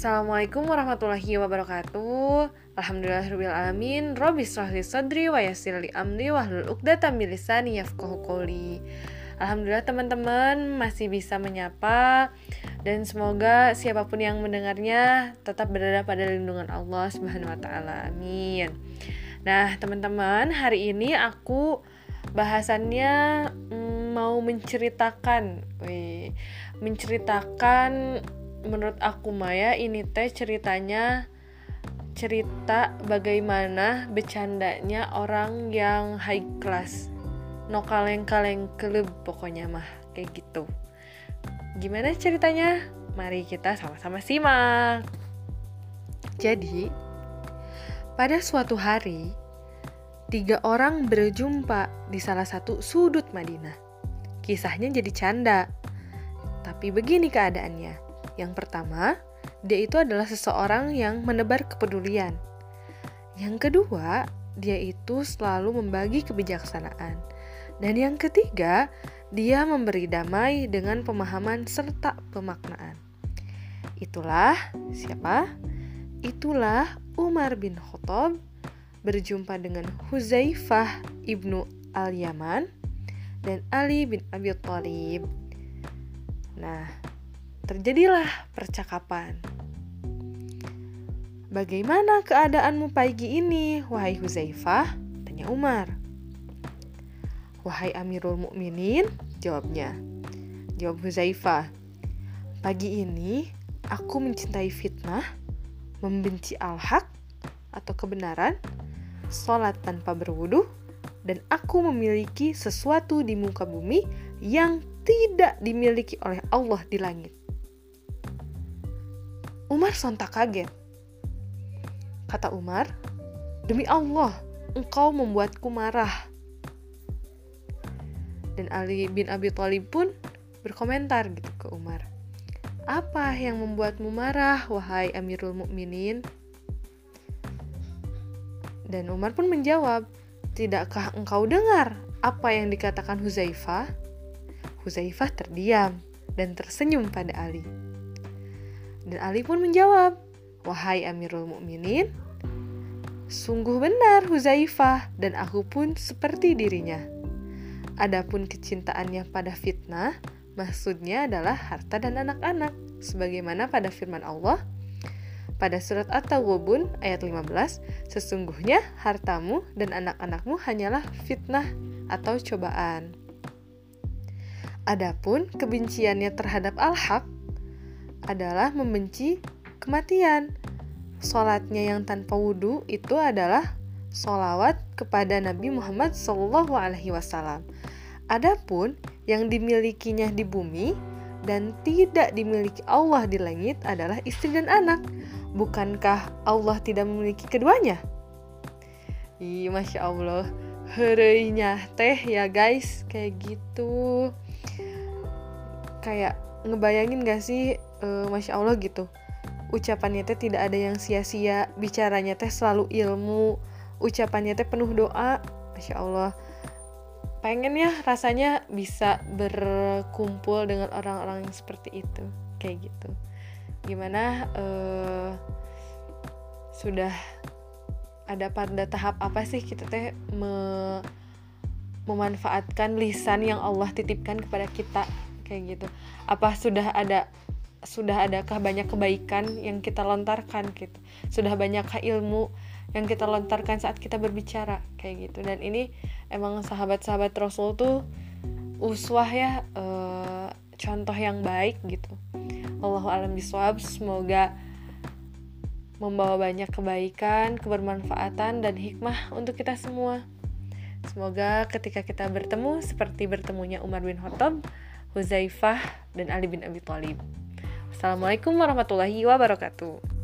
Assalamualaikum warahmatullahi wabarakatuh. Alhamdulillahirabbil alamin. Rabbi shrah li sadri wa yassir li amri wahlul 'uqdatam min lisani yafqahu qouli. Alhamdulillah teman-teman masih bisa menyapa dan semoga siapapun yang mendengarnya tetap berada pada lindungan Allah Subhanahu wa taala. Amin. Nah, teman-teman, hari ini aku bahasannya mau menceritakan menurut aku Maya ini teh cerita bagaimana bercandanya orang yang high class, no kaleng-kaleng keleb pokoknya mah kayak gitu. Gimana ceritanya? Mari kita sama-sama simak. Jadi pada suatu hari 3 orang berjumpa di salah satu sudut Madinah. Kisahnya jadi canda, tapi begini keadaannya. Yang pertama, dia itu adalah seseorang yang menebar kepedulian. Yang kedua, dia itu selalu membagi kebijaksanaan. Dan yang ketiga, dia memberi damai dengan pemahaman serta pemaknaan. Itulah siapa? Itulah Umar bin Khattab berjumpa dengan Hudzaifah ibnu al-Yaman dan Ali bin Abi Thalib. Nah, terjadilah percakapan. Bagaimana keadaanmu pagi ini, wahai Hudzaifah? Tanya Umar. Wahai Amirul Mukminin, jawabnya. Jawab Hudzaifah. Pagi ini aku mencintai fitnah, membenci al-haq atau kebenaran, sholat tanpa berwudu, dan aku memiliki sesuatu di muka bumi yang tidak dimiliki oleh Allah di langit. Umar sontak kaget. Kata Umar, demi Allah, engkau membuatku marah. Dan Ali bin Abi Thalib pun berkomentar gitu ke Umar. Apa yang membuatmu marah, wahai Amirul Mukminin? Dan Umar pun menjawab, tidakkah engkau dengar apa yang dikatakan Hudzaifah? Hudzaifah terdiam dan tersenyum pada Ali. Dan Ali pun menjawab, wahai Amirul Mukminin, sungguh benar Hudzaifah dan aku pun seperti dirinya. Adapun kecintaannya pada fitnah, maksudnya adalah harta dan anak-anak, sebagaimana pada firman Allah pada surat At-Taghabun ayat 15, sesungguhnya hartamu dan anak-anakmu hanyalah fitnah atau cobaan. Adapun kebenciannya terhadap al-haq adalah membenci kematian. Sholatnya yang tanpa wudu itu adalah sholawat kepada Nabi Muhammad SAW. Adapun yang dimilikinya di bumi dan tidak dimiliki Allah di langit adalah istri dan anak. Bukankah Allah tidak memiliki keduanya? Masya Allah, hereunya teh ya guys, kayak gitu. Kayak ngebayangin gak sih, Masya Allah gitu. Ucapannya teh tidak ada yang sia-sia, bicaranya teh selalu ilmu, ucapannya teh penuh doa. Masya Allah, pengen ya rasanya bisa berkumpul dengan orang-orang yang seperti itu, kayak gitu. Gimana, sudah ada pada tahap apa sih kita teh memanfaatkan lisan yang Allah titipkan kepada kita, kayak gitu. Apa sudah adakah banyak kebaikan yang kita lontarkan gitu, sudah banyakkah ilmu yang kita lontarkan saat kita berbicara, kayak gitu. Dan ini emang sahabat-sahabat Rasul tuh uswah ya, contoh yang baik gitu. Wallahu a'lam bishawab. Semoga membawa banyak kebaikan, kebermanfaatan, dan hikmah untuk kita semua. Semoga ketika kita bertemu seperti bertemunya Umar bin Khattab, Hudzaifah, dan Ali bin Abi Thalib. Assalamualaikum warahmatullahi wabarakatuh.